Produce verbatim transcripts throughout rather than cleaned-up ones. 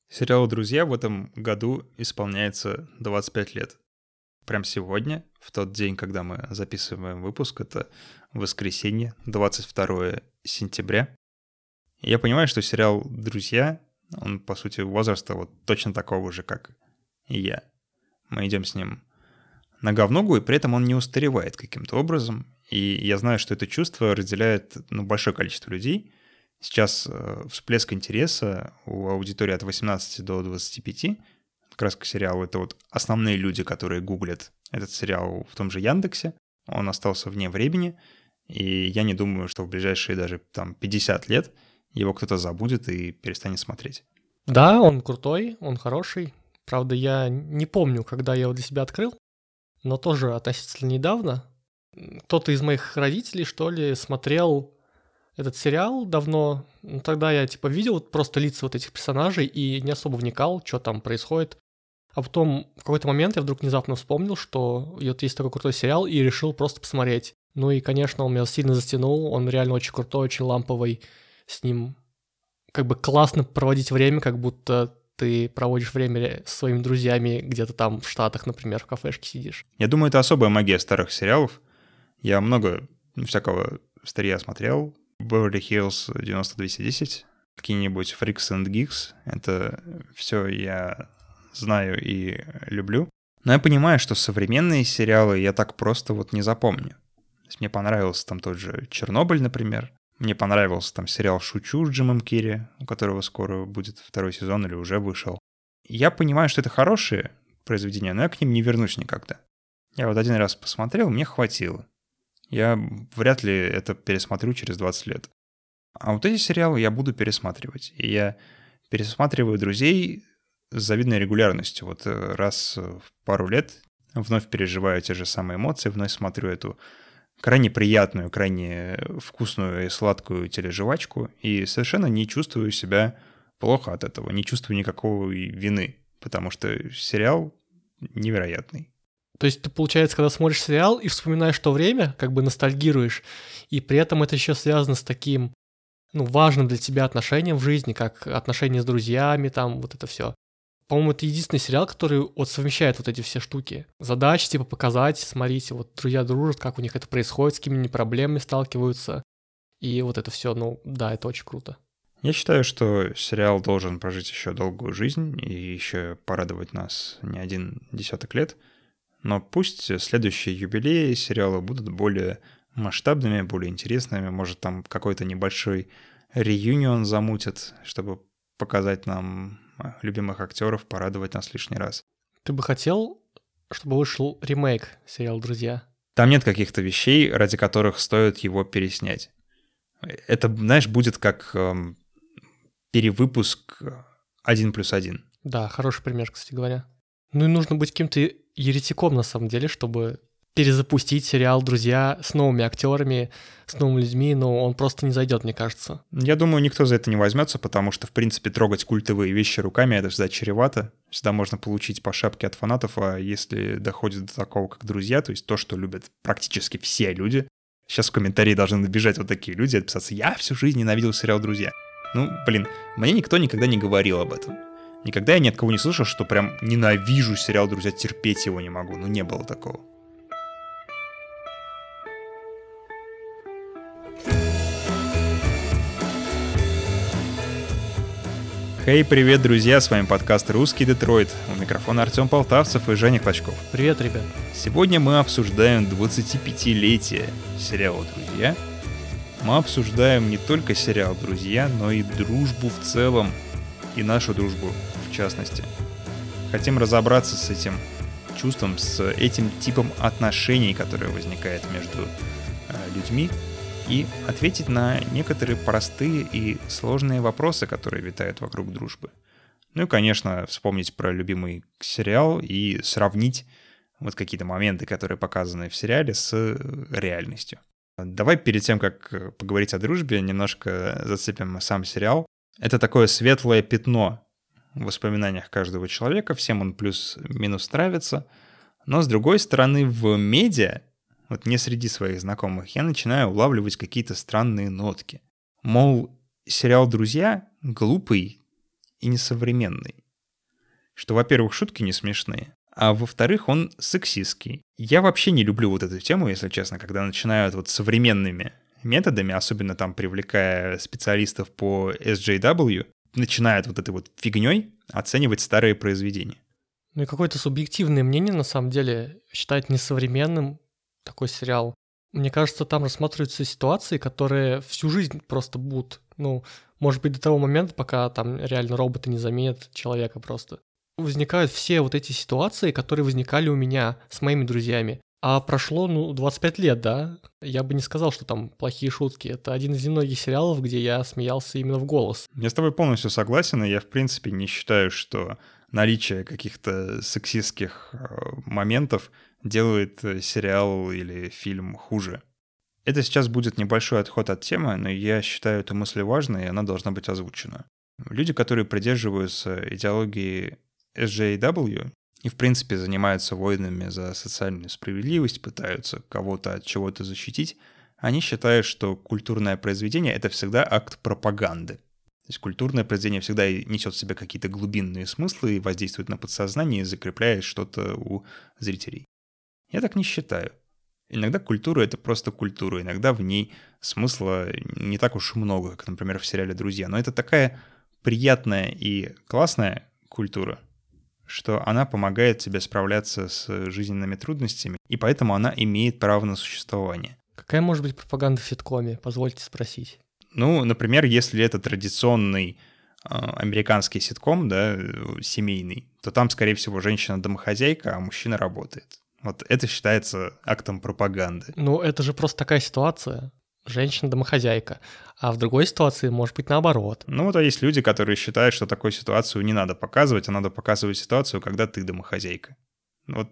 Сериалу «Друзья» в этом году исполняется двадцать пять лет. Прям сегодня, в тот день, когда мы записываем выпуск, это воскресенье, двадцать второе сентября. Я понимаю, что сериал «Друзья», он, по сути, возраста вот точно такого же, как и я. Мы идем с ним нога в ногу, и при этом он не устаревает каким-то образом. И я знаю, что это чувство разделяет ну, большое количество людей. Сейчас э, всплеск интереса у аудитории от восемнадцати до двадцати пяти. Как раз к сериалу это вот основные люди, которые гуглят этот сериал в том же Яндексе. Он остался вне времени, и я не думаю, что в ближайшие даже там пятьдесят лет его кто-то забудет и перестанет смотреть. Да, он крутой, он хороший. Правда, я не помню, когда я его для себя открыл, но тоже относительно недавно. Кто-то из моих родителей, что ли, смотрел этот сериал давно. Ну, тогда я типа видел просто лица вот этих персонажей и не особо вникал, что там происходит. А потом в какой-то момент я вдруг внезапно вспомнил, что вот есть такой крутой сериал, и решил просто посмотреть. Ну и, конечно, он меня сильно затянул, он реально очень крутой, очень ламповый. С ним как бы классно проводить время, как будто ты проводишь время со своими друзьями где-то там в Штатах, например, в кафешке сидишь. Я думаю, это особая магия старых сериалов. Я много всякого старья смотрел. Beverly Hills девяносто двести десять, какие-нибудь Freaks and Geeks. Это все я знаю и люблю. Но я понимаю, что современные сериалы я так просто вот не запомню. То есть мне понравился там тот же «Чернобыль», например. Мне понравился там сериал «Шучу» с Джимом Керри, у которого скоро будет второй сезон или уже вышел. Я понимаю, что это хорошие произведения, но я к ним не вернусь никогда. Я вот один раз посмотрел, мне хватило. Я вряд ли это пересмотрю через двадцать лет. А вот эти сериалы я буду пересматривать. И я пересматриваю «Друзей» с завидной регулярностью. Вот раз в пару лет вновь переживаю те же самые эмоции, вновь смотрю эту крайне приятную, крайне вкусную и сладкую тележевачку и совершенно не чувствую себя плохо от этого, не чувствую никакой вины, потому что сериал невероятный. То есть ты, получается, когда смотришь сериал и вспоминаешь то время, как бы ностальгируешь, и при этом это еще связано с таким, ну, важным для тебя отношением в жизни, как отношения с друзьями, там, вот это все. По-моему, это единственный сериал, который вот совмещает вот эти все штуки. Задачи, типа, показать, смотрите, вот друзья дружат, как у них это происходит, с какими проблемами сталкиваются, и вот это все, ну, да, это очень круто. Я считаю, что сериал должен прожить еще долгую жизнь и еще порадовать нас не один десяток лет. Но пусть следующие юбилеи сериала будут более масштабными, более интересными. Может, там какой-то небольшой реюнион замутят, чтобы показать нам любимых актеров, порадовать нас лишний раз. Ты бы хотел, чтобы вышел ремейк сериала «Друзья»? Там нет каких-то вещей, ради которых стоит его переснять. Это, знаешь, будет как эм, перевыпуск один плюс один. Да, хороший пример, кстати говоря. Ну и нужно быть каким-то еретиком, на самом деле, чтобы перезапустить сериал «Друзья» с новыми актерами, с новыми людьми, но он просто не зайдет, мне кажется. Я думаю, никто за это не возьмется, потому что, в принципе, трогать культовые вещи руками — это всегда чревато. Всегда можно получить по шапке от фанатов, а если доходит до такого, как «Друзья», то есть то, что любят практически все люди. Сейчас в комментарии должны набежать вот такие люди, отписаться: «Я всю жизнь ненавидел сериал «Друзья». Ну, блин, мне никто никогда не говорил об этом. Никогда я ни от кого не слышал, что прям ненавижу сериал «Друзья», терпеть его не могу. Ну, не было такого. Хей, привет, друзья, с вами подкаст «Русский Детройт». У микрофона Артем Полтавцев и Женя Клочков. Привет, ребят. Сегодня мы обсуждаем двадцатипятилетие сериала «Друзья». Мы обсуждаем не только сериал «Друзья», но и дружбу в целом, и нашу дружбу в частности. Хотим разобраться с этим чувством, с этим типом отношений, которое возникает между э, людьми, и ответить на некоторые простые и сложные вопросы, которые витают вокруг дружбы. Ну и, конечно, вспомнить про любимый сериал и сравнить вот какие-то моменты, которые показаны в сериале, с реальностью. Давай перед тем, как поговорить о дружбе, немножко зацепим сам сериал. Это такое светлое пятно в воспоминаниях каждого человека, всем он плюс-минус нравится. Но, с другой стороны, в медиа, вот не среди своих знакомых, я начинаю улавливать какие-то странные нотки. Мол, сериал «Друзья» глупый и несовременный. Что, во-первых, шутки не смешные, а во-вторых, он сексистский. Я вообще не люблю вот эту тему, если честно, когда начинают вот современными методами, особенно там привлекая специалистов по эс джей дабл ю, начинают вот этой вот фигней оценивать старые произведения. Ну и какое-то субъективное мнение, на самом деле, считать несовременным такой сериал. Мне кажется, там рассматриваются ситуации, которые всю жизнь просто будут, ну, может быть, до того момента, пока там реально роботы не заменят человека просто. Возникают все вот эти ситуации, которые возникали у меня с моими друзьями. А прошло, ну, двадцать пять лет, да? Я бы не сказал, что там плохие шутки. Это один из немногих сериалов, где я смеялся именно в голос. Я с тобой полностью согласен, и я, в принципе, не считаю, что наличие каких-то сексистских моментов делает сериал или фильм хуже. Это сейчас будет небольшой отход от темы, но я считаю эту мысль важной, и она должна быть озвучена. Люди, которые придерживаются идеологии эс джей дабл ю и, в принципе, занимаются войнами за социальную справедливость, пытаются кого-то от чего-то защитить, они считают, что культурное произведение — это всегда акт пропаганды. То есть культурное произведение всегда несет в себе какие-то глубинные смыслы и воздействует на подсознание и закрепляет что-то у зрителей. Я так не считаю. Иногда культура — это просто культура, иногда в ней смысла не так уж и много, как, например, в сериале «Друзья». Но это такая приятная и классная культура, что она помогает тебе справляться с жизненными трудностями, и поэтому она имеет право на существование. Какая может быть пропаганда в ситкоме, позвольте спросить? Ну, например, если это традиционный э, американский ситком, да, семейный, то там, скорее всего, женщина-домохозяйка, а мужчина работает. Вот это считается актом пропаганды. Ну, это же просто такая ситуация. Женщина-домохозяйка. А в другой ситуации может быть наоборот. Ну, вот а есть люди, которые считают, что такую ситуацию не надо показывать, а надо показывать ситуацию, когда ты домохозяйка. Вот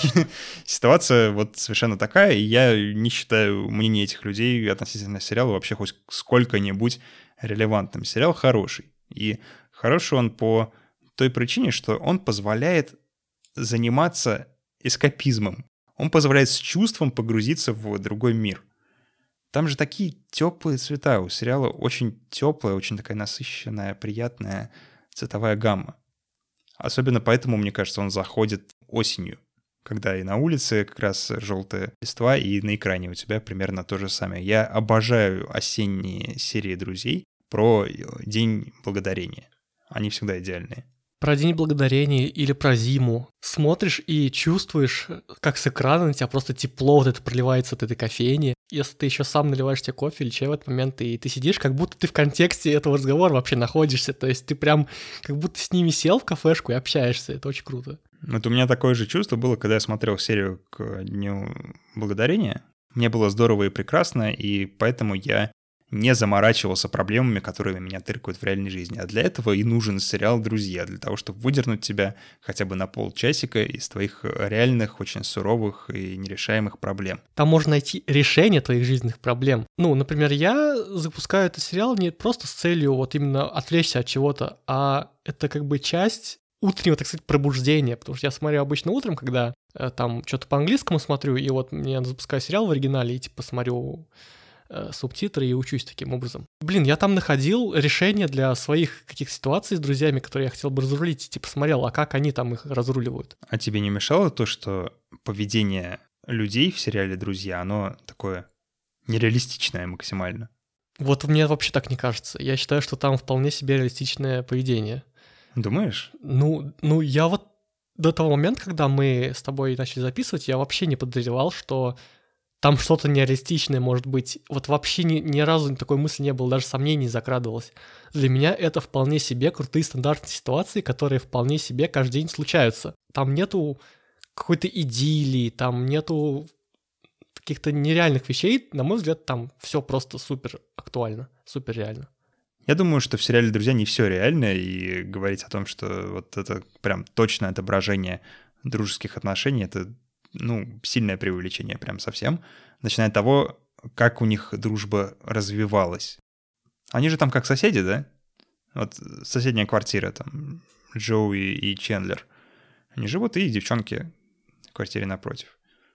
ситуация вот совершенно такая, и я не считаю мнение этих людей относительно сериала вообще хоть сколько-нибудь релевантным. Сериал хороший. И хороший он по той причине, что он позволяет заниматься эскапизмом. Он позволяет с чувством погрузиться в другой мир. Там же такие теплые цвета. У сериала очень теплая, очень такая насыщенная, приятная цветовая гамма. Особенно поэтому, мне кажется, он заходит осенью, когда и на улице как раз желтая листва, и на экране у тебя примерно то же самое. Я обожаю осенние серии «Друзей» про День Благодарения. Они всегда идеальные. Про День Благодарения или про зиму. Смотришь и чувствуешь, как с экрана на тебя просто тепло вот это проливается от этой кофейни. Если ты еще сам наливаешь тебе кофе или чай в этот момент, и ты сидишь, как будто ты в контексте этого разговора вообще находишься. То есть ты прям как будто с ними сел в кафешку и общаешься. Это очень круто. Вот у меня такое же чувство было, когда я смотрел серию к Дню Благодарения. Мне было здорово и прекрасно, и поэтому я не заморачивался проблемами, которые меня тыркают в реальной жизни. А для этого и нужен сериал «Друзья», для того, чтобы выдернуть тебя хотя бы на полчасика из твоих реальных, очень суровых и нерешаемых проблем. Там можно найти решение твоих жизненных проблем. Ну, например, я запускаю этот сериал не просто с целью вот именно отвлечься от чего-то, а это как бы часть утреннего, так сказать, пробуждения, потому что я смотрю обычно утром, когда э, там что-то по-английскому смотрю, и вот я запускаю сериал в оригинале и типа смотрю субтитры и учусь таким образом. Блин, я там находил решение для своих каких-то ситуаций с друзьями, которые я хотел бы разрулить, и типа смотрел, а как они там их разруливают. А тебе не мешало то, что поведение людей в сериале «Друзья», оно такое нереалистичное максимально? Вот мне вообще так не кажется. Я считаю, что там вполне себе реалистичное поведение. Думаешь? Ну, ну я вот до того момента, когда мы с тобой начали записывать, я вообще не подозревал, что там что-то нереалистичное может быть. Вот вообще ни, ни разу такой мысли не было, даже сомнений не закрадывалось. Для меня это вполне себе крутые стандартные ситуации, которые вполне себе каждый день случаются. Там нету какой-то идиллии, там нету каких-то нереальных вещей. На мой взгляд, там все просто супер актуально, супер реально. Я думаю, что в сериале «Друзья» не все реально, и говорить о том, что вот это прям точное отображение дружеских отношений — это, ну, сильное преувеличение прям совсем, начиная от того, как у них дружба развивалась. Они же там как соседи, да? Вот соседняя квартира, там, Джоуи и Чендлер. Они живут, и девчонки в квартире напротив.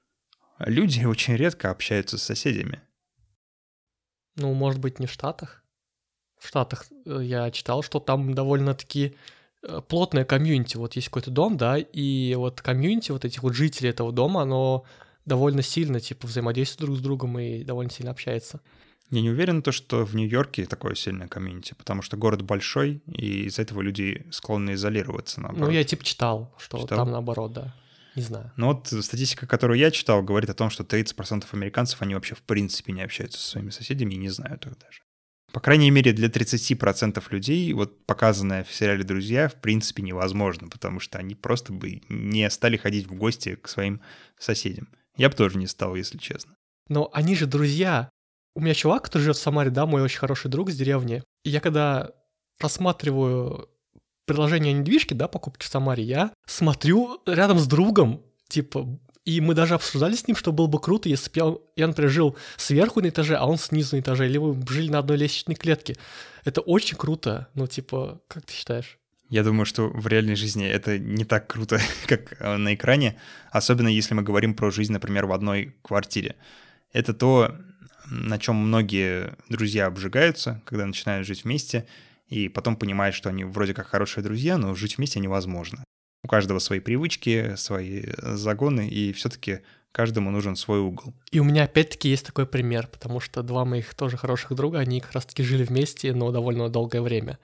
Люди очень редко общаются с соседями. Ну, может быть, не в Штатах? в Штатах я читал, что там довольно-таки плотное комьюнити. Вот есть какой-то дом, да, и вот комьюнити вот этих вот жителей этого дома, оно довольно сильно, типа, взаимодействует друг с другом и довольно сильно общается. Я не уверен, то, что в Нью-Йорке такое сильное комьюнити, потому что город большой, и из-за этого люди склонны изолироваться, наоборот. Ну, я типа читал, что Читал? там наоборот, да. Не знаю. Ну вот статистика, которую я читал, говорит о том, что тридцать процентов американцев, они вообще в принципе не общаются со своими соседями и не знают их даже. По крайней мере, для тридцати процентов людей вот показанное в сериале «Друзья» в принципе невозможно, потому что они просто бы не стали ходить в гости к своим соседям. Я бы тоже не стал, если честно. Но они же друзья. У меня чувак, который живет в Самаре, да, мой очень хороший друг с деревни. И я когда рассматриваю предложение о недвижке, да, покупки в Самаре, я смотрю рядом с другом, типа, и мы даже обсуждали с ним, что было бы круто, если бы я, я, например, жил сверху на этаже, а он снизу на этаже, или мы жили на одной лестничной клетке. Это очень круто. Ну, типа, как ты считаешь? Я думаю, что в реальной жизни это не так круто, как на экране, особенно если мы говорим про жизнь, например, в одной квартире. Это то, на чем многие друзья обжигаются, когда начинают жить вместе, и потом понимают, что они вроде как хорошие друзья, но жить вместе невозможно. У каждого свои привычки, свои загоны, и все-таки каждому нужен свой угол. И у меня опять-таки есть такой пример, потому что два моих тоже хороших друга, они как раз-таки жили вместе, но довольно долгое время.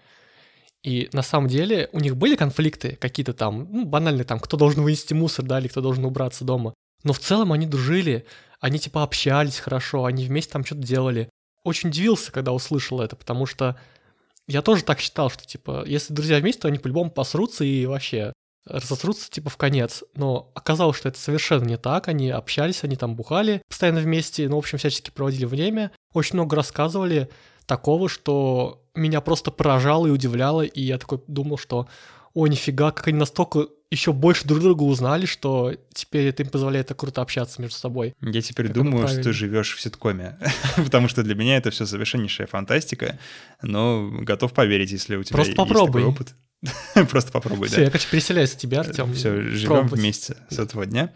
И на самом деле у них были конфликты какие-то там, ну, банальные там, кто должен вынести мусор, да, или кто должен убраться дома. Но в целом они дружили, они типа общались хорошо, они вместе там что-то делали. Очень удивился, когда услышал это, потому что я тоже так считал, что типа, если друзья вместе, то они по-любому посрутся и вообще разосрутся типа в конец. Но оказалось, что это совершенно не так. Они общались, они там бухали постоянно вместе, ну, в общем, всячески проводили время. Очень много рассказывали такого, что меня просто поражало и удивляло, и я такой думал, что о, нифига, как они настолько еще больше друг друга узнали, что теперь это им позволяет так круто общаться между собой. Я теперь как думаю, что ты живешь в ситкоме, потому что для меня это все совершеннейшая фантастика, но готов поверить, если у тебя Просто есть попробуй. такой опыт. Просто попробуй, да. Все, я, короче, переселяюсь к тебе, Артем. Все, живем вместе с этого дня.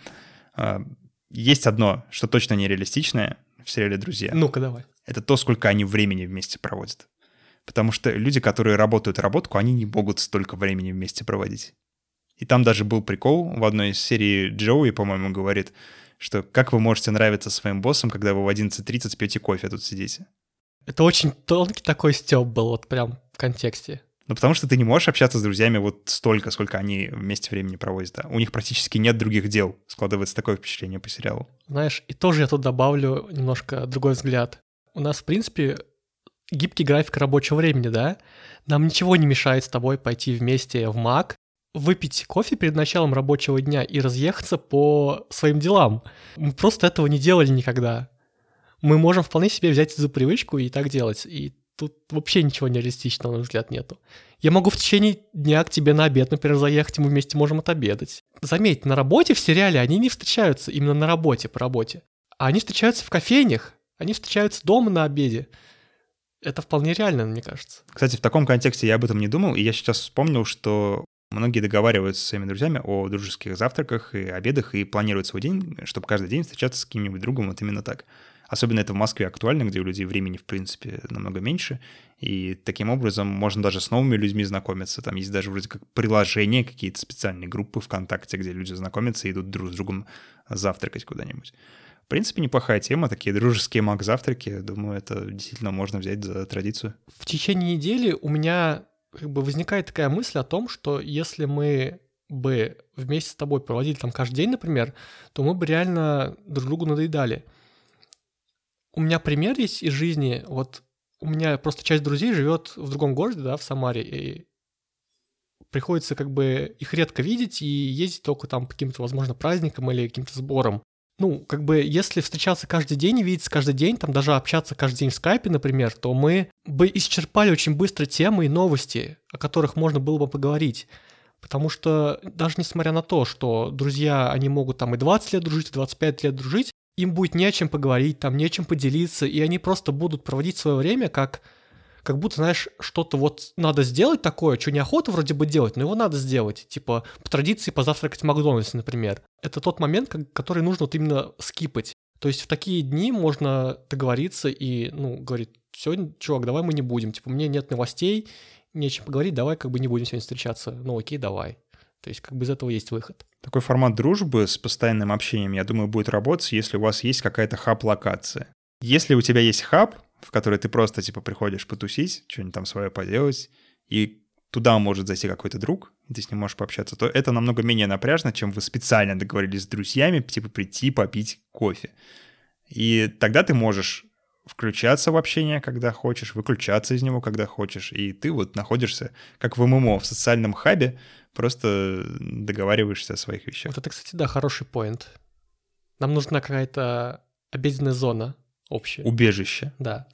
Есть одно, что точно нереалистичное в сериале «Друзья». Ну-ка, давай. Это то, сколько они времени вместе проводят. Потому что люди, которые работают работку, они не могут столько времени вместе проводить. И там даже был прикол в одной из серий, Джоуи, по-моему, говорит, что как вы можете нравиться своим боссам, когда вы в одиннадцать тридцать пьете кофе, а тут сидите. Это очень тонкий такой стёб был, вот прям в контексте. Ну, потому что ты не можешь общаться с друзьями вот столько, сколько они вместе времени проводят. Да? У них практически нет других дел. Складывается такое впечатление по сериалу. Знаешь, и тоже я тут добавлю немножко другой взгляд. У нас, в принципе, гибкий график рабочего времени, да? Нам ничего не мешает с тобой пойти вместе в Мак, выпить кофе перед началом рабочего дня и разъехаться по своим делам. Мы просто этого не делали никогда. Мы можем вполне себе взять за привычку и так делать. И тут вообще ничего нереалистичного, на мой взгляд, нету. Я могу в течение дня к тебе на обед, например, заехать, и мы вместе можем отобедать. Заметь, на работе в сериале они не встречаются именно на работе, по работе. А они встречаются в кофейнях, они встречаются дома на обеде. Это вполне реально, мне кажется. Кстати, в таком контексте я об этом не думал, и я сейчас вспомнил, что многие договариваются со своими друзьями о дружеских завтраках и обедах и планируют свой день, чтобы каждый день встречаться с каким-нибудь другом вот именно так. Особенно это в Москве актуально, где у людей времени, в принципе, намного меньше, и таким образом можно даже с новыми людьми знакомиться. Там есть даже вроде как приложения, какие-то специальные группы ВКонтакте, где люди знакомятся и идут друг с другом завтракать куда-нибудь. В принципе, неплохая тема, такие дружеские мак-завтраки. Думаю, это действительно можно взять за традицию. В течение недели у меня как бы возникает такая мысль о том, что если мы бы вместе с тобой проводили там каждый день, например, то мы бы реально друг другу надоедали. У меня пример есть из жизни. Вот у меня просто часть друзей живет в другом городе, да, в Самаре, и приходится как бы их редко видеть и ездить только там по каким-то, возможно, праздникам или каким-то сборам. Ну, как бы, если встречаться каждый день и видеться каждый день, там даже общаться каждый день в скайпе, например, то мы бы исчерпали очень быстро темы и новости, о которых можно было бы поговорить. Потому что даже несмотря на то, что друзья, они могут там и двадцать лет дружить, и двадцать пять лет дружить, им будет не о чем поговорить, там не о чем поделиться, и они просто будут проводить свое время как, как будто, знаешь, что-то вот надо сделать такое, что неохота вроде бы делать, но его надо сделать. Типа по традиции позавтракать в Макдональдсе, например. Это тот момент, который нужно вот именно скипать. То есть в такие дни можно договориться и, ну, говорить, сегодня, чувак, давай мы не будем. Типа, мне нет новостей, нечем поговорить, давай как бы не будем сегодня встречаться. Ну, окей, давай. То есть как бы из этого есть выход. Такой формат дружбы с постоянным общением, я думаю, будет работать, если у вас есть какая-то хаб-локация. Если у тебя есть хаб, в который ты просто, типа, приходишь потусить, что-нибудь там свое поделать, и туда может зайти какой-то друг, и ты с ним можешь пообщаться, то это намного менее напряжно, чем вы специально договорились с друзьями, типа, прийти попить кофе. И тогда ты можешь включаться в общение, когда хочешь, выключаться из него, когда хочешь, и ты вот находишься, как в ММО, в социальном хабе, просто договариваешься о своих вещах. Вот это, кстати, да, хороший поинт. Нам нужна какая-то обеденная зона общая. Убежище. Да.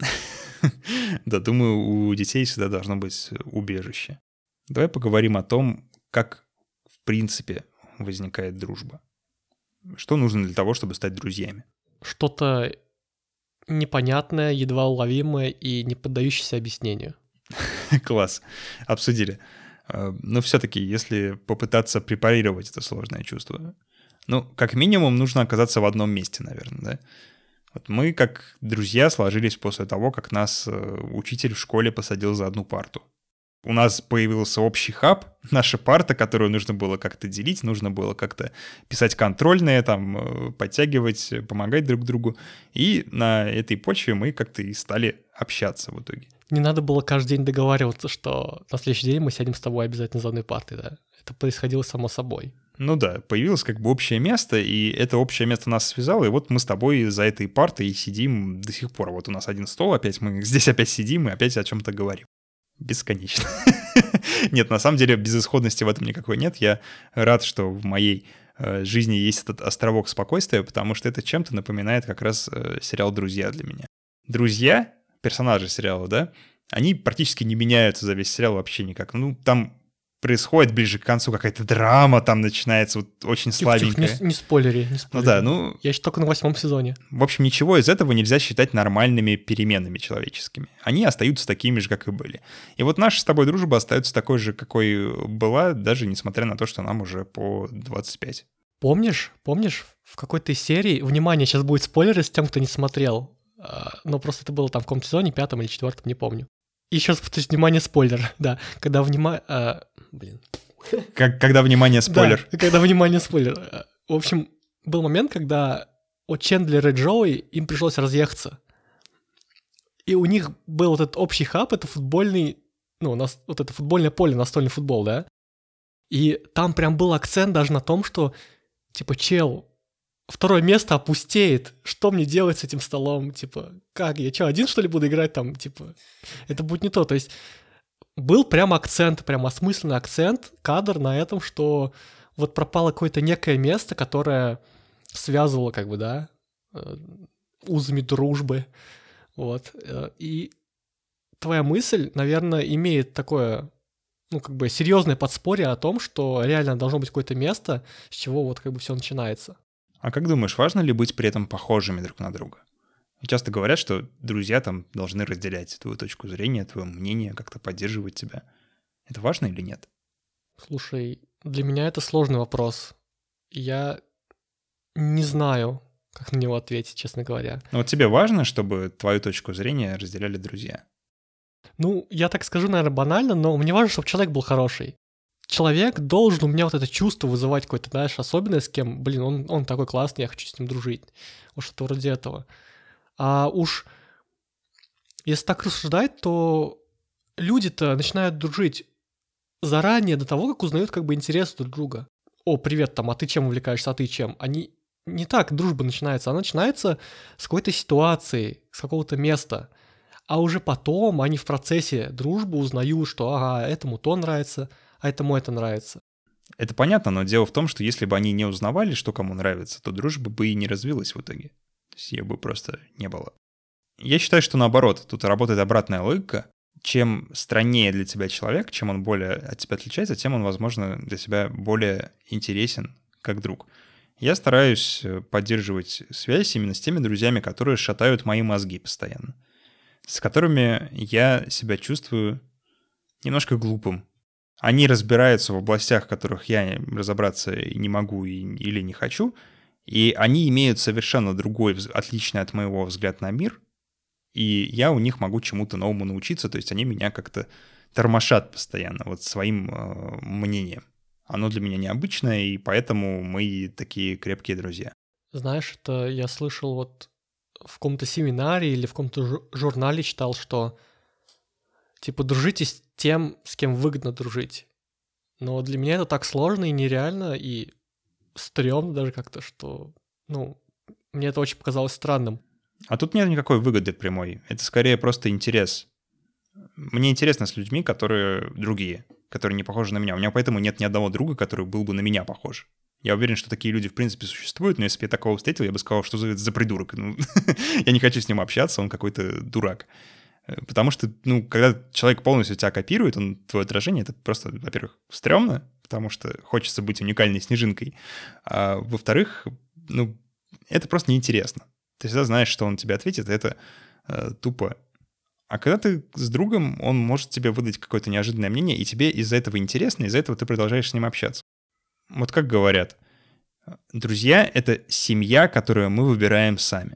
Да, думаю, у детей всегда должно быть убежище. Давай поговорим о том, как в принципе возникает дружба. Что нужно для того, чтобы стать друзьями? Что-то непонятное, едва уловимое и не поддающееся объяснению. Класс. Обсудили. Но все-таки, если попытаться препарировать это сложное чувство, ну, как минимум, нужно оказаться в одном месте, наверное, да? Вот мы, как друзья, сложились после того, как нас учитель в школе посадил за одну парту. У нас появился общий хаб, наша парта, которую нужно было как-то делить, нужно было как-то писать контрольные, там, подтягивать, помогать друг другу. И на этой почве мы как-то и стали общаться в итоге. Не надо было каждый день договариваться, что на следующий день мы сядем с тобой обязательно за одной партой, да? Это происходило само собой. Ну да, появилось как бы общее место, и это общее место нас связало, и вот мы с тобой за этой партой и сидим до сих пор. Вот у нас один стол опять, мы здесь опять сидим и опять о чем-то говорим. Бесконечно. Нет, на самом деле безысходности в этом никакой нет. Я рад, что в моей э, жизни есть этот островок спокойствия, потому что это чем-то напоминает как раз э, сериал «Друзья» для меня. Друзья, персонажи сериала, да, они практически не меняются за весь сериал вообще никак. Ну, там происходит ближе к концу какая-то драма, там начинается вот очень слабенькая. Тихо, тихо, не, не спойлери, не спойлери. Ну да, ну... Я еще только на восьмом сезоне. В общем, ничего из этого нельзя считать нормальными переменами человеческими. Они остаются такими же, как и были. И вот наша с тобой дружба остается такой же, какой была, даже несмотря на то, что нам уже по двадцать пять. Помнишь, помнишь, в какой-то серии, внимание, сейчас будет спойлеры с тем, кто не смотрел, но просто это было там в каком-то сезоне, пятом или четвертом, не помню. Еще раз повторюсь, внимание, спойлер, да, когда внимание... А, блин. Как, когда внимание, спойлер. Да, когда внимание, спойлер. В общем, был момент, когда от Чендлера и Джоуи им пришлось разъехаться. И у них был вот этот общий хаб, это футбольный, ну, нас, вот это футбольное поле, настольный футбол, да? И там прям был акцент даже на том, что, типа, чел, второе место опустеет, что мне делать с этим столом? Типа, как, я что, один, что ли, буду играть там? Типа, это будет не то. То есть был прям акцент, прям осмысленный акцент, кадр на этом, что вот пропало какое-то некое место, которое связывало, как бы, да, узами дружбы. Вот. И твоя мысль, наверное, имеет такое, ну, как бы серьезное подспорье о том, что реально должно быть какое-то место, с чего вот как бы все начинается. А как думаешь, важно ли быть при этом похожими друг на друга? Часто говорят, что друзья там должны разделять твою точку зрения, твое мнение, как-то поддерживать тебя. Это важно или нет? Слушай, для меня это сложный вопрос. Я не знаю, как на него ответить, честно говоря. Но вот тебе важно, чтобы твою точку зрения разделяли друзья? Ну, я так скажу, наверное, банально, но мне важно, чтобы человек был хороший. Человек должен у меня вот это чувство вызывать какое-то, знаешь, особенное, с кем, блин, он, он такой классный, я хочу с ним дружить. Вот что-то вроде этого. А уж если так рассуждать, то люди-то начинают дружить заранее до того, как узнают как бы интересы друг друга. О, привет там, а ты чем увлекаешься, а ты чем? Они не так дружба начинается, она начинается с какой-то ситуации, с какого-то места. А уже потом они в процессе дружбы узнают, что ага, этому то нравится, а этому это нравится. Это понятно, но дело в том, что если бы они не узнавали, что кому нравится, то дружба бы и не развилась в итоге. То есть ее бы просто не было. Я считаю, что наоборот, тут работает обратная логика. Чем страннее для тебя человек, чем он более от тебя отличается, тем он, возможно, для тебя более интересен как друг. Я стараюсь поддерживать связь именно с теми друзьями, которые шатают мои мозги постоянно, с которыми я себя чувствую немножко глупым. Они разбираются в областях, в которых я разобраться не могу и, или не хочу, И они имеют совершенно другой, отличный от моего взгляд на мир, и я у них могу чему-то новому научиться, то есть они меня как-то тормошат постоянно вот своим э, мнением. Оно для меня необычное, и поэтому мы такие крепкие друзья. Знаешь, это я слышал вот в каком-то семинаре или в каком-то журнале читал, что типа дружите с тем, с кем выгодно дружить. Но для меня это так сложно и нереально, и стрёмно даже как-то, что, ну, мне это очень показалось странным. А тут нет никакой выгоды прямой. Это скорее просто интерес. Мне интересно с людьми, которые другие, которые не похожи на меня. У меня поэтому нет ни одного друга, который был бы на меня похож. Я уверен, что такие люди в принципе существуют, но если бы я такого встретил, я бы сказал, что это за придурок. Ну, я не хочу с ним общаться, он какой-то дурак. Потому что, ну, когда человек полностью тебя копирует, он твое отражение, это просто, во-первых, стрёмно, потому что хочется быть уникальной снежинкой, а во-вторых, ну, это просто неинтересно. Ты всегда знаешь, что он тебе ответит, и это э, тупо. А когда ты с другом, он может тебе выдать какое-то неожиданное мнение, и тебе из-за этого интересно, из-за этого ты продолжаешь с ним общаться. Вот как говорят, друзья — это семья, которую мы выбираем сами.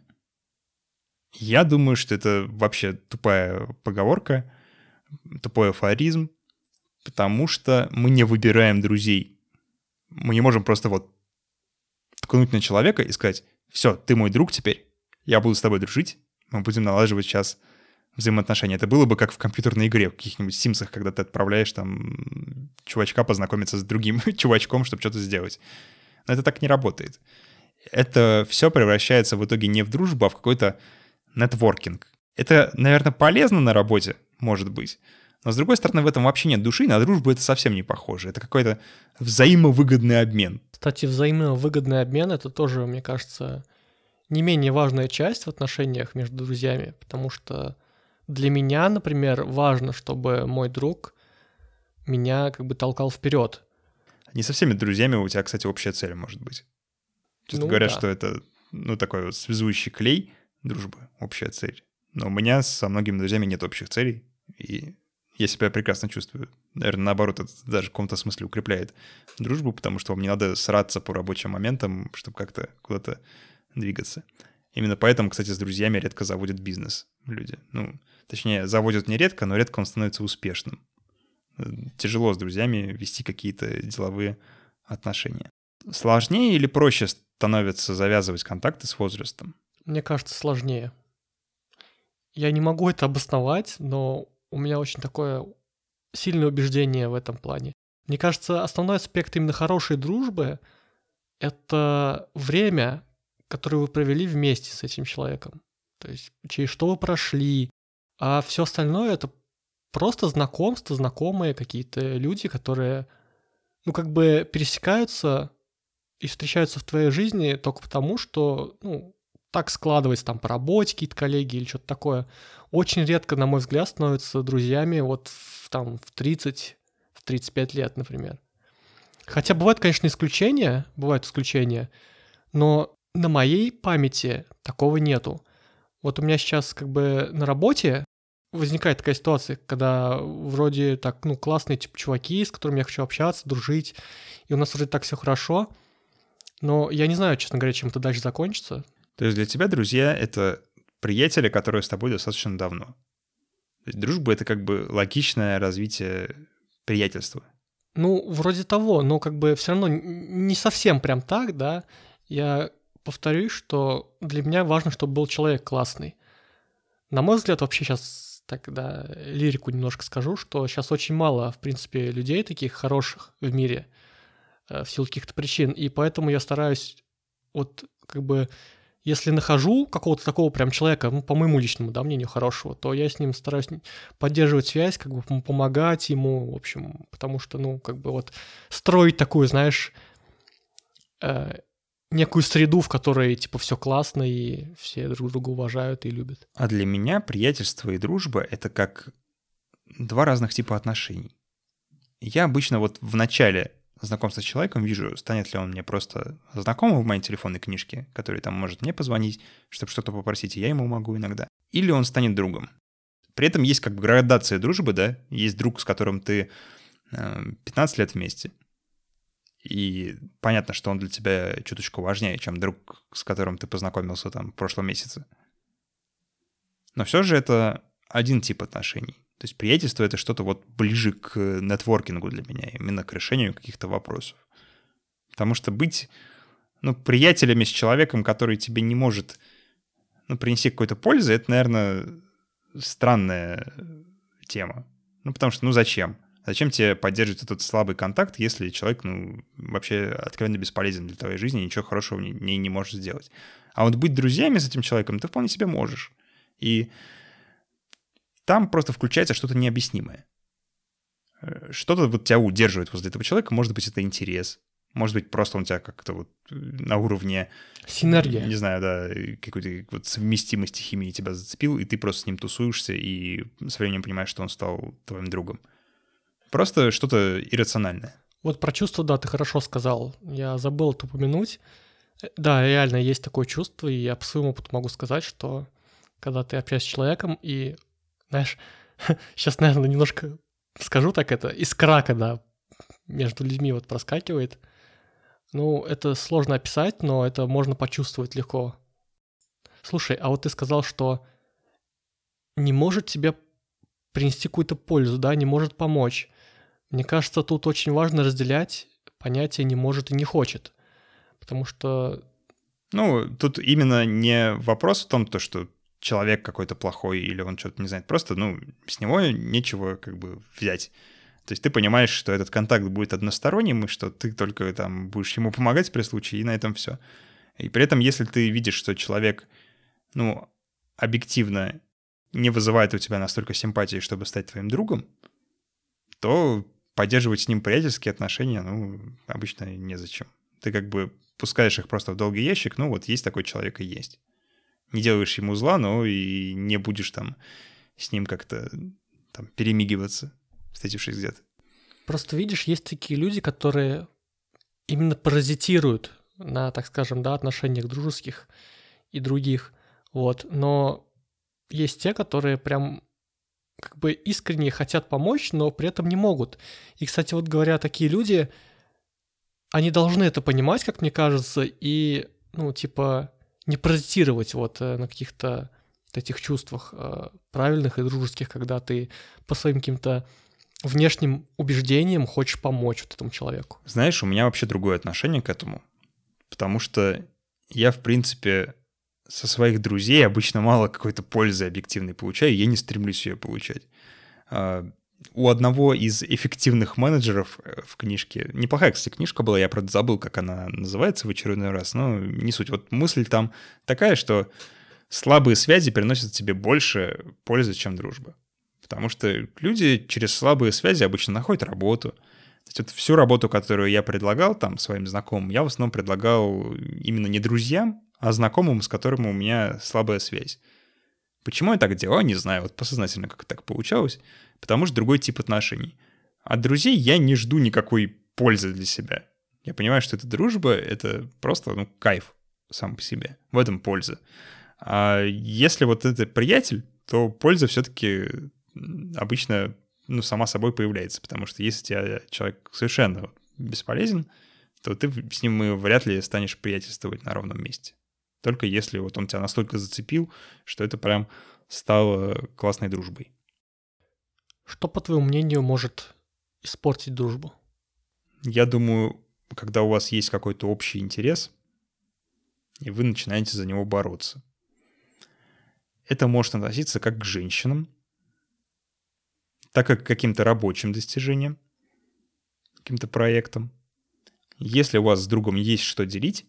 Я думаю, что это вообще тупая поговорка, тупой афоризм, потому что мы не выбираем друзей. Мы не можем просто вот ткнуть на человека и сказать: все, ты мой друг теперь, я буду с тобой дружить, мы будем налаживать сейчас взаимоотношения. Это было бы как в компьютерной игре, в каких-нибудь Симсах, когда ты отправляешь там чувачка познакомиться с другим чувачком, чтобы что-то сделать. Но это так не работает. Это все превращается в итоге не в дружбу, а в какой-то нетворкинг. Это, наверное, полезно на работе, может быть. Но, с другой стороны, в этом вообще нет души, на дружбу это совсем не похоже. Это какой-то взаимовыгодный обмен. Кстати, взаимовыгодный обмен — это тоже, мне кажется, не менее важная часть в отношениях между друзьями, потому что для меня, например, важно, чтобы мой друг меня как бы толкал вперед. Не со всеми друзьями у тебя, кстати, общая цель может быть. Часто Ну, говорят, да. что это, ну, такой вот связующий клей дружбы, общая цель. Но у меня со многими друзьями нет общих целей, и я себя прекрасно чувствую. Наверное, наоборот, это даже в каком-то смысле укрепляет дружбу, потому что вам не надо сраться по рабочим моментам, чтобы как-то куда-то двигаться. Именно поэтому, кстати, с друзьями редко заводят бизнес люди. Ну, точнее, заводят не редко, но редко он становится успешным. Тяжело с друзьями вести какие-то деловые отношения. Сложнее или проще становится завязывать контакты с возрастом? Мне кажется, сложнее. Я не могу это обосновать, но у меня очень такое сильное убеждение в этом плане. Мне кажется, основной аспект именно хорошей дружбы — это время, которое вы провели вместе с этим человеком. То есть через что вы прошли. А все остальное — это просто знакомства, знакомые какие-то люди, которые, ну, как бы пересекаются и встречаются в твоей жизни только потому, что, ну, так складывается там по работе какие-то коллеги или что-то такое. Очень редко, на мой взгляд, становятся друзьями вот в, там в тридцать, в тридцать пять лет, например. Хотя бывают, конечно, исключения, бывают исключения, но на моей памяти такого нету. Вот у меня сейчас как бы на работе возникает такая ситуация, когда вроде так, ну, классные типа чуваки, с которыми я хочу общаться, дружить, и у нас вроде так все хорошо, но я не знаю, честно говоря, чем это дальше закончится. То есть для тебя друзья — это приятели, которые с тобой достаточно давно. То есть дружба — это как бы логичное развитие приятельства. Ну, вроде того, но как бы все равно не совсем прям так, да. Я повторюсь, что для меня важно, чтобы был человек классный. На мой взгляд, вообще сейчас тогда лирику немножко скажу, что сейчас очень мало, в принципе, людей таких хороших в мире э, в силу каких-то причин, и поэтому я стараюсь вот как бы, если нахожу какого-то такого прям человека, ну, по моему личному, да, мнению хорошего, то я с ним стараюсь поддерживать связь, как бы помогать ему, в общем, потому что, ну, как бы вот строить такую, знаешь, э, некую среду, в которой, типа, все классно, и все друг друга уважают и любят. А для меня приятельство и дружба — это как два разных типа отношений. Я обычно вот в начале знакомства с человеком вижу, станет ли он мне просто знакомым в моей телефонной книжке, который там может мне позвонить, чтобы что-то попросить, и я ему могу иногда. Или он станет другом. При этом есть как бы градация дружбы, да? Есть друг, с которым ты э, пятнадцать лет вместе. и понятно, что он для тебя чуточку важнее, чем друг, с которым ты познакомился там в прошлом месяце. Но все же это один тип отношений. То есть приятельство — это что-то вот ближе к нетворкингу для меня, именно к решению каких-то вопросов. Потому что быть, ну, приятелями с человеком, который тебе не может, ну, принести какой-то пользы, это, наверное, странная тема. Ну, потому что, ну, зачем? Зачем тебе поддерживать этот слабый контакт, если человек, ну, вообще откровенно бесполезен для твоей жизни, ничего хорошего в ней не можешь сделать? А вот быть друзьями с этим человеком ты вполне себе можешь. И там просто включается что-то необъяснимое. Что-то вот тебя удерживает возле этого человека. Может быть, это интерес. Может быть, просто он тебя как-то вот на уровне... Синергия. Не знаю, да, какой-то вот совместимости химии тебя зацепил, и ты просто с ним тусуешься, и со временем понимаешь, что он стал твоим другом. Просто что-то иррациональное. Вот про чувство, да, ты хорошо сказал. Я забыл это упомянуть. Да, реально есть такое чувство, и я по своему опыту могу сказать, что когда ты общаешься с человеком, и, знаешь, сейчас, наверное, немножко скажу так это, искра, когда между людьми вот проскакивает. Ну, это сложно описать, но это можно почувствовать легко. Слушай, а вот ты сказал, что не может тебе принести какую-то пользу, да, не может помочь. Мне кажется, тут очень важно разделять понятие «не может» и «не хочет». Потому что... Ну, тут именно не вопрос в том, то, что человек какой-то плохой или он что-то не знает. Просто, ну, с него нечего как бы взять. То есть ты понимаешь, что этот контакт будет односторонним, и что ты только там будешь ему помогать при случае, и на этом все. И при этом, если ты видишь, что человек, ну, объективно не вызывает у тебя настолько симпатии, чтобы стать твоим другом, то поддерживать с ним приятельские отношения, ну, обычно незачем. Ты как бы пускаешь их просто в долгий ящик, ну, вот есть такой человек и есть. Не делаешь ему зла, но и не будешь там с ним как-то там перемигиваться, встретившись где-то. Просто видишь, есть такие люди, которые именно паразитируют на, так скажем, да, отношениях дружеских и других, вот, но есть те, которые прям как бы искренне хотят помочь, но при этом не могут. И, кстати, вот говоря, такие люди, они должны это понимать, как мне кажется, и, ну, типа, не паразитировать вот на каких-то этих чувствах правильных и дружеских, когда ты по своим каким-то внешним убеждениям хочешь помочь вот этому человеку. Знаешь, у меня вообще другое отношение к этому, потому что я, в принципе, со своих друзей обычно мало какой-то пользы объективной получаю, и я не стремлюсь ее получать. У одного из эффективных менеджеров в книжке, неплохая, кстати, книжка была, я, правда, забыл, как она называется в очередной раз, но не суть. Вот мысль там такая, что слабые связи приносят тебе больше пользы, чем дружба. Потому что люди через слабые связи обычно находят работу. То есть вот всю работу, которую я предлагал там своим знакомым, я в основном предлагал именно не друзьям, а знакомым, с которыми у меня слабая связь. Почему я так делал, не знаю. Вот подсознательно как так получалось. Потому что другой тип отношений. От друзей я не жду никакой пользы для себя. Я понимаю, что это дружба, это просто, ну, кайф сам по себе. В этом польза. А если вот это приятель, то польза все-таки обычно, ну, сама собой появляется. Потому что если тебе человек совершенно бесполезен, то ты с ним вряд ли станешь приятельствовать на ровном месте. Только если вот он тебя настолько зацепил, что это прям стало классной дружбой. Что, по твоему мнению, может испортить дружбу? Я думаю, когда у вас есть какой-то общий интерес, и вы начинаете за него бороться. Это может относиться как к женщинам, так и к каким-то рабочим достижениям, каким-то проектам. Если у вас с другом есть что делить,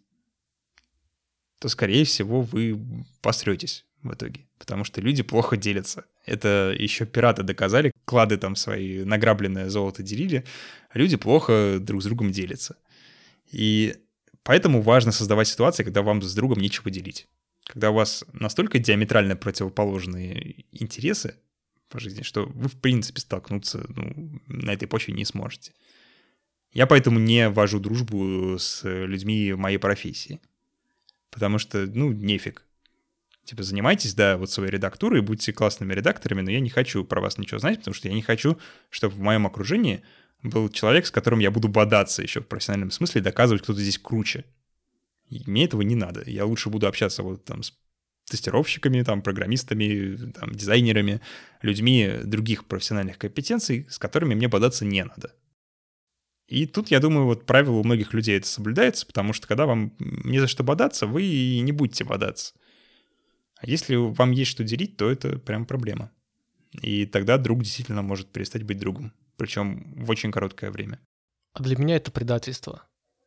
то, скорее всего, вы посретесь в итоге, потому что люди плохо делятся. Это еще пираты доказали, клады там свои, награбленное золото делили, а люди плохо друг с другом делятся. И поэтому важно создавать ситуации, когда вам с другом нечего делить. Когда у вас настолько диаметрально противоположные интересы по жизни, что вы, в принципе, столкнуться, ну, на этой почве не сможете. Я поэтому не вожу дружбу с людьми моей профессии. Потому что, ну, нефиг. Типа, занимайтесь, да, вот своей редактурой, будьте классными редакторами, но я не хочу про вас ничего знать, потому что я не хочу, чтобы в моем окружении был человек, с которым я буду бодаться еще в профессиональном смысле, доказывать, кто-то здесь круче. И мне этого не надо. Я лучше буду общаться вот там с тестировщиками, там, программистами, там, дизайнерами, людьми других профессиональных компетенций, с которыми мне бодаться не надо. И тут, я думаю, вот правило у многих людей это соблюдается, потому что когда вам не за что бодаться, вы и не будете бодаться. А если вам есть что делить, то это прям проблема. И тогда друг действительно может перестать быть другом. Причем в очень короткое время. А для меня это предательство.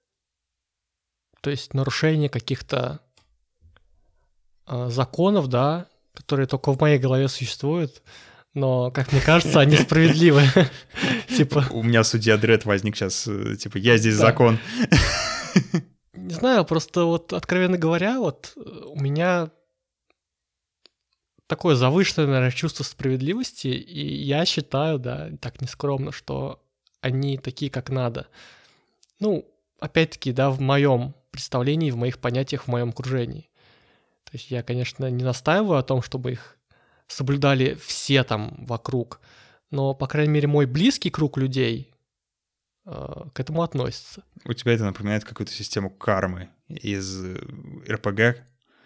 То есть нарушение каких-то э, законов, да, которые только в моей голове существуют, но, как мне кажется, они справедливы. Типа... У меня судья Дред возник сейчас, типа, я здесь закон. Не знаю, просто вот, откровенно говоря, вот у меня такое завышенное, наверное, чувство справедливости, и я считаю, да, так нескромно, что они такие, как надо. Ну, опять-таки, да, в моем представлении, в моих понятиях, в моем окружении. То есть я, конечно, не настаиваю о том, чтобы их соблюдали все там вокруг, но, по крайней мере, мой близкий круг людей э, к этому относится. У тебя это напоминает какую-то систему кармы из эр пэ гэ.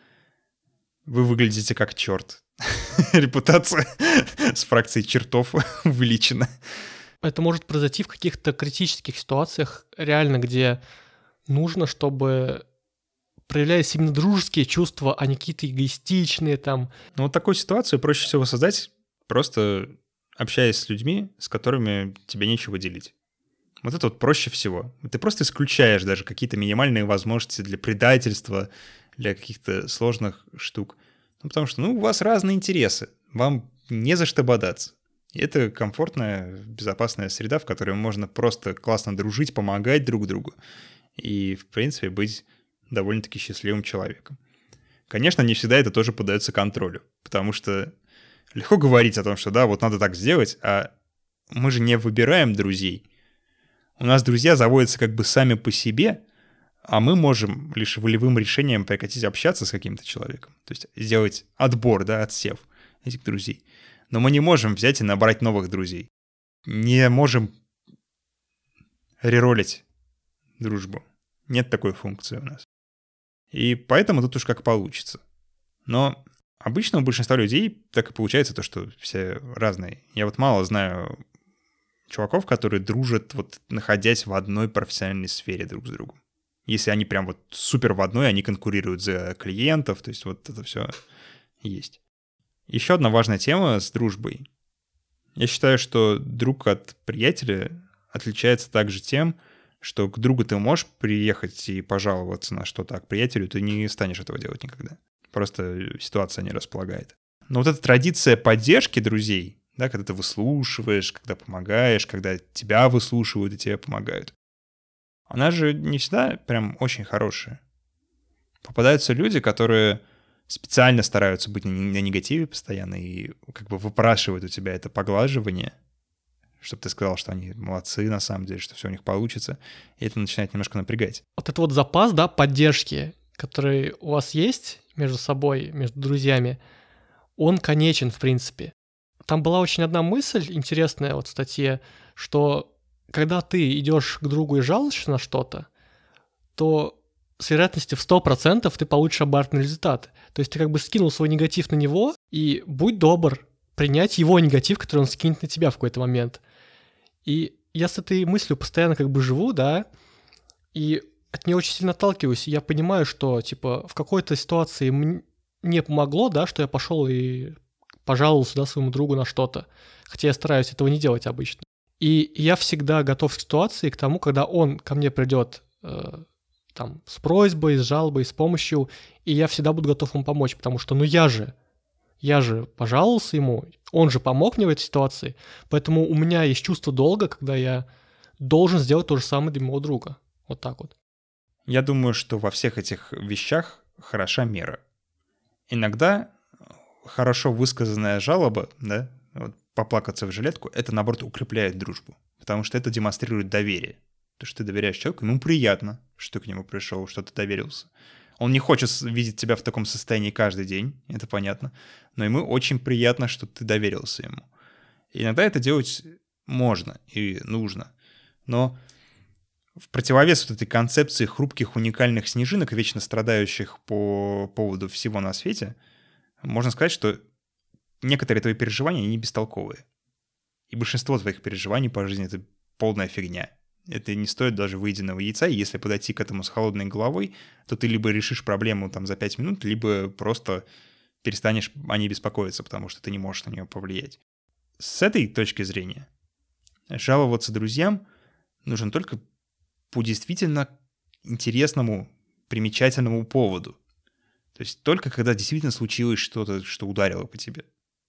Вы выглядите как черт. Репутация с фракцией чертов увеличена. Это может произойти в каких-то критических ситуациях, реально, где нужно, чтобы проявлялись именно дружеские чувства, а не какие-то эгоистичные там. Ну, вот такую ситуацию проще всего создать, просто общаясь с людьми, с которыми тебе нечего делить. Вот это вот проще всего. Ты просто исключаешь даже какие-то минимальные возможности для предательства, для каких-то сложных штук. Ну, потому что, ну, у вас разные интересы, вам не за что бодаться. И это комфортная, безопасная среда, в которой можно просто классно дружить, помогать друг другу и, в принципе, быть довольно-таки счастливым человеком. Конечно, не всегда это тоже поддается контролю, потому что легко говорить о том, что да, вот надо так сделать, а мы же не выбираем друзей. У нас друзья заводятся как бы сами по себе, а мы можем лишь волевым решением прекратить общаться с каким-то человеком. То есть сделать отбор, да, отсев этих друзей. Но мы не можем взять и набрать новых друзей. Не можем реролить дружбу. Нет такой функции у нас. И поэтому тут уж как получится. Но обычно у большинства людей так и получается то, что все разные. Я вот мало знаю чуваков, которые дружат, вот находясь в одной профессиональной сфере друг с другом. Если они прям вот супер в одной, они конкурируют за клиентов, то есть вот это все есть. Еще одна важная тема с дружбой. Я считаю, что друг от приятеля отличается также тем, что к другу ты можешь приехать и пожаловаться на что-то, а к приятелю ты не станешь этого делать никогда. Просто ситуация не располагает. Но вот эта традиция поддержки друзей, да, когда ты выслушиваешь, когда помогаешь, когда тебя выслушивают и тебе помогают, она же не всегда прям очень хорошая. Попадаются люди, которые специально стараются быть на негативе постоянно и как бы выпрашивают у тебя это поглаживание, чтобы ты сказал, что они молодцы на самом деле, что все у них получится, и это начинает немножко напрягать. Вот этот вот запас, да, поддержки, который у вас есть между собой, между друзьями, он конечен, в принципе. Там была очень одна мысль интересная вот в статье, что когда ты идешь к другу и жалуешься на что-то, то с вероятностью в сто процентов ты получишь обратный результат. То есть ты как бы скинул свой негатив на него, и будь добр принять его негатив, который он скинет на тебя в какой-то момент. И я с этой мыслью постоянно как бы живу, да, и от нее очень сильно отталкиваюсь. И я понимаю, что, типа, в какой-то ситуации мне помогло, да, что я пошел и пожаловался, да, своему другу на что-то. Хотя я стараюсь этого не делать обычно. И я всегда готов к ситуации, к тому, когда он ко мне придет э, там, с просьбой, с жалобой, с помощью, и я всегда буду готов ему помочь, потому что, ну я же, я же пожаловался ему, он же помог мне в этой ситуации, поэтому у меня есть чувство долга, когда я должен сделать то же самое для моего друга. Вот так вот. Я думаю, что во всех этих вещах хороша мера. Иногда хорошо высказанная жалоба, да, вот, поплакаться в жилетку, это, наоборот, укрепляет дружбу, потому что это демонстрирует доверие. То, что ты доверяешь человеку, ему приятно, что ты к нему пришел, что ты доверился. Он не хочет видеть тебя в таком состоянии каждый день, это понятно, но ему очень приятно, что ты доверился ему. И иногда это делать можно и нужно. Но в противовес вот этой концепции хрупких уникальных снежинок, вечно страдающих по поводу всего на свете, можно сказать, что некоторые твои переживания, они бестолковые. И большинство твоих переживаний по жизни — это полная фигня. Это не стоит даже выеденного яйца, и если подойти к этому с холодной головой, то ты либо решишь проблему там за пять минут, либо просто перестанешь о ней беспокоиться, потому что ты не можешь на нее повлиять. С этой точки зрения жаловаться друзьям нужно только по действительно интересному, примечательному поводу. То есть только когда действительно случилось что-то, что ударило по тебе.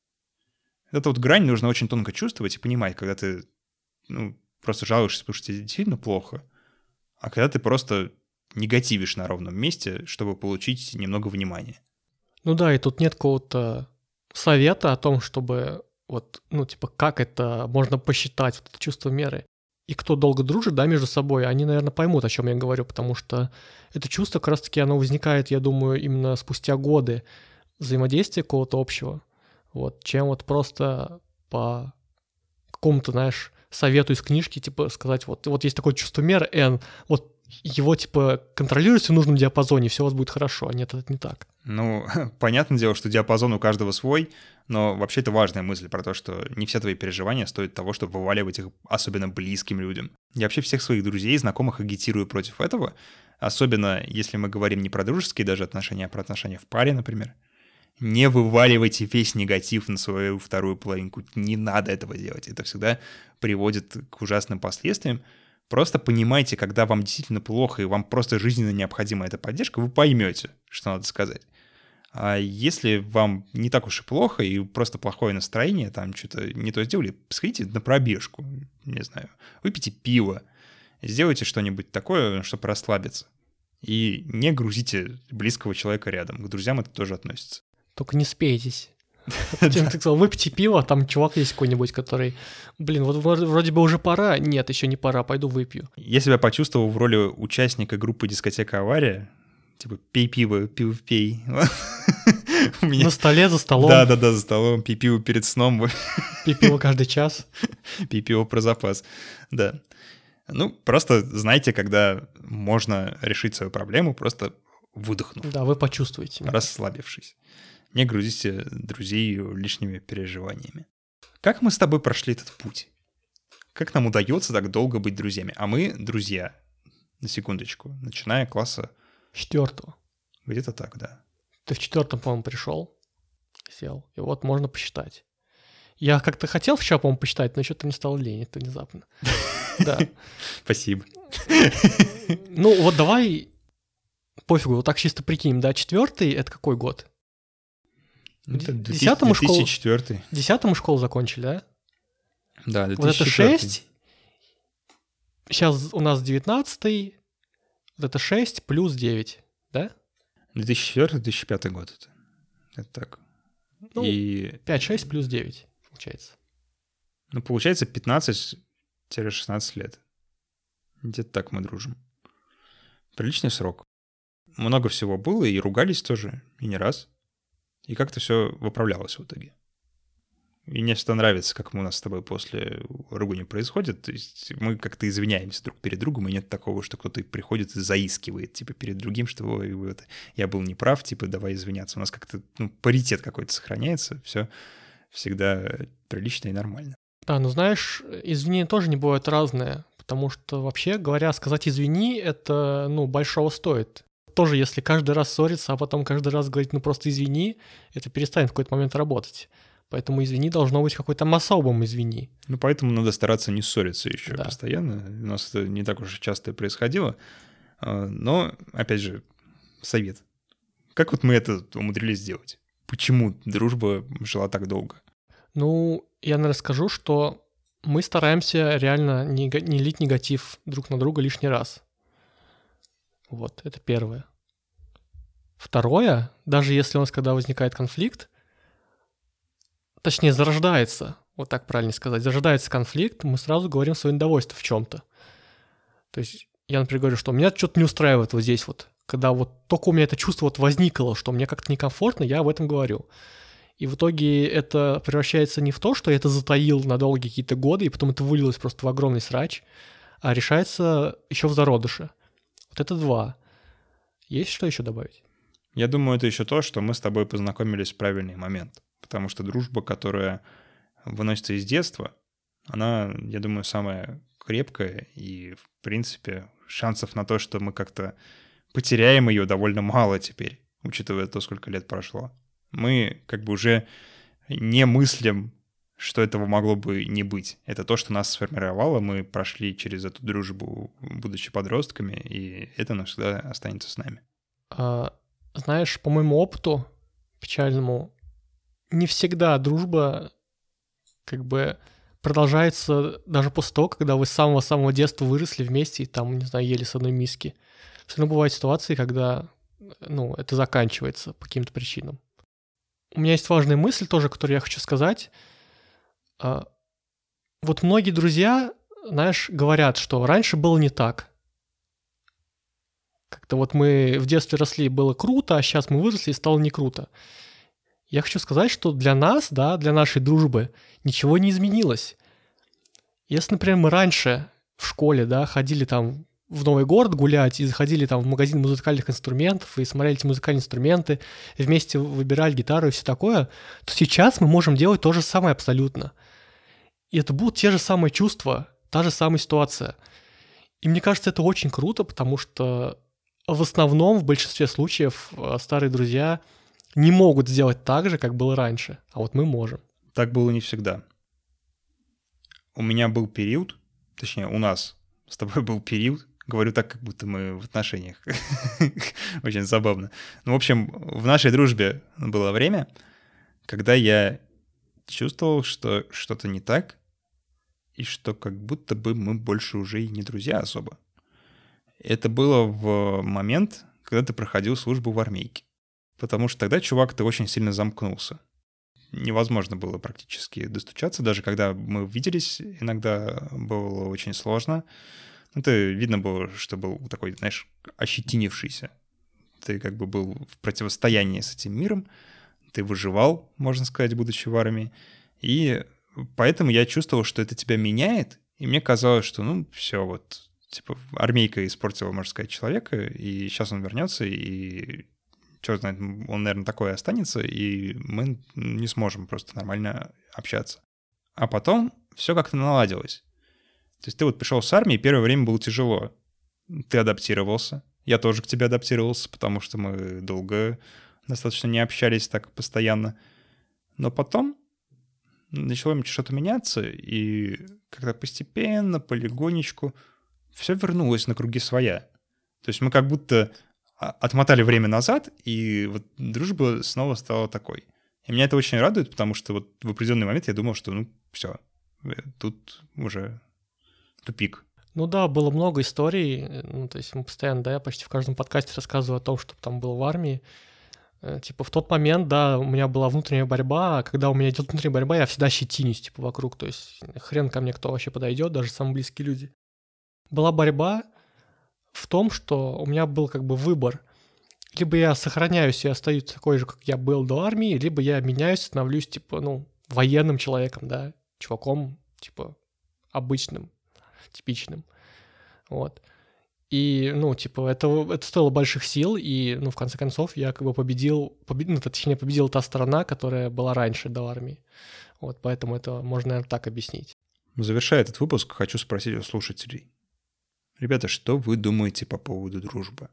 Эту вот грань нужно очень тонко чувствовать и понимать, когда ты ну, просто жалуешься, потому что тебе действительно плохо, а когда ты просто негативишь на ровном месте, чтобы получить немного внимания. Ну да, и тут нет какого-то совета о том, чтобы вот, ну типа, как это можно посчитать, вот это чувство меры. И кто долго дружит, да, между собой, они, наверное, поймут, о чем я говорю, потому что это чувство как раз-таки оно возникает, я думаю, именно спустя годы взаимодействия какого-то общего, вот, чем вот просто по какому-то, знаешь, совету из книжки, типа, сказать, вот, вот есть такое чувство меры, N, вот его, типа, контролируйте в нужном диапазоне, все у вас будет хорошо. Нет, это не так. Ну, понятное дело, что диапазон у каждого свой, но вообще это важная мысль про то, что не все твои переживания стоят того, чтобы вываливать их особенно близким людям. Я вообще всех своих друзей и знакомых агитирую против этого, особенно если мы говорим не про дружеские даже отношения, а про отношения в паре, например. Не вываливайте весь негатив на свою вторую половинку. Не надо этого делать. Это всегда приводит к ужасным последствиям. Просто понимайте, когда вам действительно плохо и вам просто жизненно необходима эта поддержка, вы поймете, что надо сказать. А если вам не так уж и плохо и просто плохое настроение, там что-то не то сделали, сходите на пробежку, не знаю, выпейте пиво, сделайте что-нибудь такое, чтобы расслабиться. И не грузите близкого человека рядом. К друзьям это тоже относится. Только не спейтесь. Тем, ты сказал, выпейте пиво, там чувак есть какой-нибудь, который, блин, вот вроде бы уже пора, нет, еще не пора, пойду выпью. Я себя почувствовал в роли участника группы «Дискотека Авария», типа «пей пиво, пиво пей». На столе, за столом. Да-да-да, за столом, пей пиво перед сном. Пей пиво каждый час. Пей пиво про запас, да. Ну, просто знайте, когда можно решить свою проблему, просто выдохнув. Да, вы почувствуете. Расслабившись. Не грузите друзей лишними переживаниями. Как мы с тобой прошли этот путь? Как нам удается так долго быть друзьями? А мы друзья, на секундочку, начиная класса... Четвертого. Где-то так, да. Ты в четвертом, по-моему, пришел, сел, и вот можно посчитать. Я как-то хотел вчера, по-моему, посчитать, но что-то не стало лень, это внезапно. Да. Спасибо. Ну вот давай, пофигу, вот так чисто прикинем, да, четвертый — это какой год? две тысячи четвёртый. Десятый мы школу закончили, да? Да, две тысячи четвёртый. Вот это шесть, сейчас у нас девятнадцатый, вот это шесть плюс девять, да? две тысячи четвёртый — две тысячи пятый год это. Это так. Ну, и... пять-шесть плюс девять, получается. Ну, получается пятнадцать-шестнадцать лет. Где-то так мы дружим. Приличный срок. Много всего было, и ругались тоже, и не раз. И как-то все выправлялось в итоге. И мне всегда нравится, как у нас с тобой после ругани происходит. То есть мы как-то извиняемся друг перед другом, и нет такого, что кто-то приходит и заискивает, типа, перед другим, что ой, вот, я был неправ, типа, давай извиняться. У нас как-то ну, паритет какой-то сохраняется, все всегда прилично и нормально. Да, ну знаешь, извинения тоже не бывают разные, потому что вообще говоря, сказать «извини» — это, ну, большого стоит. Тоже, если каждый раз ссориться, а потом каждый раз говорить «ну просто извини», это перестанет в какой-то момент работать. Поэтому «извини» должно быть какой-то особым «извини». Ну, поэтому надо стараться не ссориться еще да. постоянно. У нас это не так уж часто происходило. Но, опять же, совет. Как вот мы это умудрились сделать? Почему дружба жила так долго? Ну, я, наверное, скажу, что мы стараемся реально не, не лить негатив друг на друга лишний раз. Вот, это первое. Второе, даже если у нас, когда возникает конфликт, точнее, зарождается, вот так правильно сказать, зарождается конфликт, мы сразу говорим свое недовольство в чем-то. То есть я, например, говорю, что меня что-то не устраивает вот здесь вот. Когда вот только у меня это чувство вот возникло, что мне как-то некомфортно, я об этом говорю. И в итоге это превращается не в то, что я это затаил на долгие какие-то годы, и потом это вылилось просто в огромный срач, а решается еще в зародыше. Вот это два. Есть что еще добавить? Я думаю, это еще то, что мы с тобой познакомились в правильный момент. Потому что дружба, которая выносится из детства, она, я думаю, самая крепкая. И, в принципе, шансов на то, что мы как-то потеряем ее, довольно мало теперь, учитывая то, сколько лет прошло. Мы как бы уже не мыслим, что этого могло бы не быть. Это то, что нас сформировало. Мы прошли через эту дружбу, будучи подростками, и это навсегда останется с нами. А, знаешь, по моему опыту печальному, не всегда дружба как бы продолжается даже после того, когда вы с самого-самого детства выросли вместе и там, не знаю, ели с одной миски. Все равно бывают ситуации, когда, ну, это заканчивается по каким-то причинам. У меня есть важная мысль тоже, которую я хочу сказать. А, вот многие друзья, знаешь, говорят, что раньше было не так. Как-то вот мы в детстве росли, было круто, а сейчас мы выросли и стало не круто. Я хочу сказать, что для нас, да, для нашей дружбы ничего не изменилось. Если, например, мы раньше в школе, да, ходили там в Новый город гулять и заходили там в магазин музыкальных инструментов и смотрели эти музыкальные инструменты, и вместе выбирали гитару и все такое, то сейчас мы можем делать то же самое абсолютно. И это будут те же самые чувства, та же самая ситуация. И мне кажется, это очень круто, потому что в основном, в большинстве случаев, старые друзья не могут сделать так же, как было раньше, а вот мы можем. Так было не всегда. У меня был период, точнее, у нас с тобой был период, говорю так, как будто мы в отношениях. Очень забавно. Ну, в общем, в нашей дружбе было время, когда я чувствовал, что что-то не так, и что как будто бы мы больше уже и не друзья особо. Это было в момент, когда ты проходил службу в армейке. Потому что тогда чувак-то очень сильно замкнулся. Невозможно было практически достучаться. Даже когда мы виделись, иногда было очень сложно. Это видно было, что был такой, знаешь, ощетинившийся. Ты как бы был в противостоянии с этим миром. Ты выживал, можно сказать, будучи в армии. И поэтому я чувствовал, что это тебя меняет. И мне казалось, что, ну, все, вот, типа, армейка испортила, можно сказать, человека, и сейчас он вернется, и... Черт знает, он, наверное, такой и останется, и мы не сможем просто нормально общаться. А потом все как-то наладилось. То есть ты вот пришел с армии, первое время было тяжело. Ты адаптировался. Я тоже к тебе адаптировался, потому что мы долго достаточно не общались так постоянно. Но потом начало что-то меняться, и как-то постепенно, полигонечку все вернулось на круги своя. То есть мы как будто... отмотали время назад, и вот дружба снова стала такой. И меня это очень радует, потому что вот в определенный момент я думал, что ну все, тут уже тупик. Ну да, было много историй, ну то есть мы постоянно, да, я почти в каждом подкасте рассказываю о том, что там был в армии. Типа в тот момент, да, у меня была внутренняя борьба, а когда у меня идет внутренняя борьба, я всегда щетинюсь, типа, вокруг, то есть хрен ко мне кто вообще подойдет, даже самые близкие люди. Была борьба в том, что у меня был как бы выбор. Либо я сохраняюсь и остаюсь такой же, как я был до армии, либо я меняюсь, становлюсь, типа, ну, военным человеком, да, чуваком, типа, обычным, типичным. Вот. И, ну, типа, это, это стоило больших сил, и, ну, в конце концов, я как бы победил, побед... ну, точнее, победила та сторона, которая была раньше до армии. Вот, поэтому это можно, наверное, так объяснить. Завершая этот выпуск, хочу спросить у слушателей. Ребята, что вы думаете по поводу дружбы?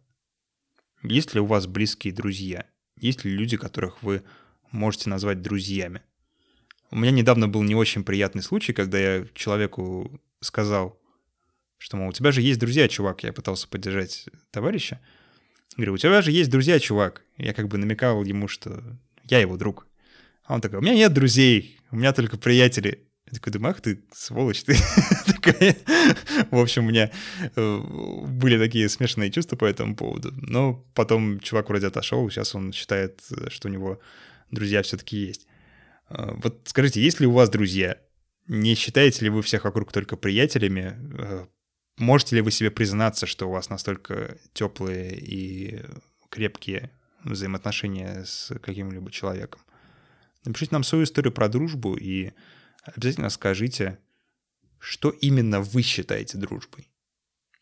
Есть ли у вас близкие друзья? Есть ли люди, которых вы можете назвать друзьями? У меня недавно был не очень приятный случай, когда я человеку сказал, что, мол, у тебя же есть друзья, чувак. Я пытался поддержать товарища. Говорю, у тебя же есть друзья, чувак. Я как бы намекал ему, что я его друг. А он такой, у меня нет друзей, у меня только приятели. Я такой думаю, ах ты, сволочь ты такая. В общем, у меня были такие смешанные чувства по этому поводу. Но потом чувак вроде отошел, сейчас он считает, что у него друзья все-таки есть. Вот скажите, есть ли у вас друзья? Не считаете ли вы всех вокруг только приятелями? Можете ли вы себе признаться, что у вас настолько теплые и крепкие взаимоотношения с каким-либо человеком? Напишите нам свою историю про дружбу и обязательно скажите, что именно вы считаете дружбой.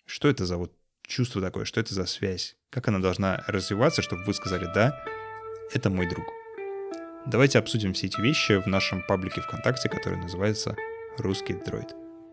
Что это за вот чувство такое, что это за связь? Как она должна развиваться, чтобы вы сказали «да, это мой друг». Давайте обсудим все эти вещи в нашем паблике ВКонтакте, который называется «Русский дроид».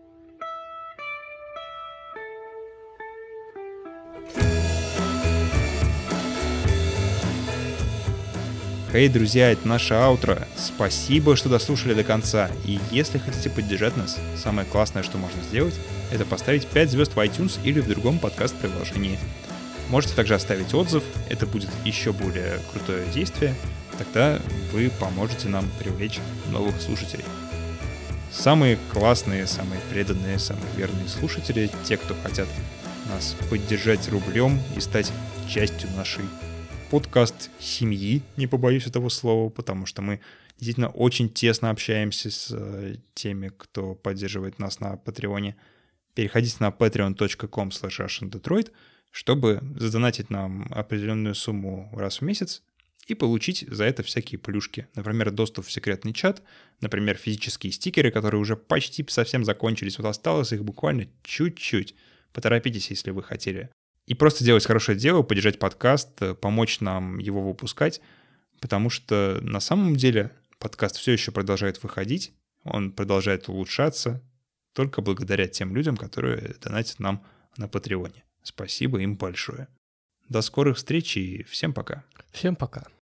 Эй, друзья, это наше аутро. Спасибо, что дослушали до конца. И если хотите поддержать нас, самое классное, что можно сделать, это поставить пять звезд в iTunes или в другом подкаст-приложении. Можете также оставить отзыв, это будет еще более крутое действие. Тогда вы поможете нам привлечь новых слушателей. Самые классные, самые преданные, самые верные слушатели, те, кто хотят нас поддержать рублем и стать частью нашей подкаст-семьи, не побоюсь этого слова, потому что мы действительно очень тесно общаемся с теми, кто поддерживает нас на Патреоне. Переходите на patreon точка com слэш russian detroit, чтобы задонатить нам определенную сумму раз в месяц и получить за это всякие плюшки. Например, доступ в секретный чат, например, физические стикеры, которые уже почти совсем закончились. Вот осталось их буквально чуть-чуть. Поторопитесь, если вы хотели. И просто делать хорошее дело, поддержать подкаст, помочь нам его выпускать, потому что на самом деле подкаст все еще продолжает выходить, он продолжает улучшаться только благодаря тем людям, которые донатят нам на Патреоне. Спасибо им большое. До скорых встреч и всем пока. Всем пока.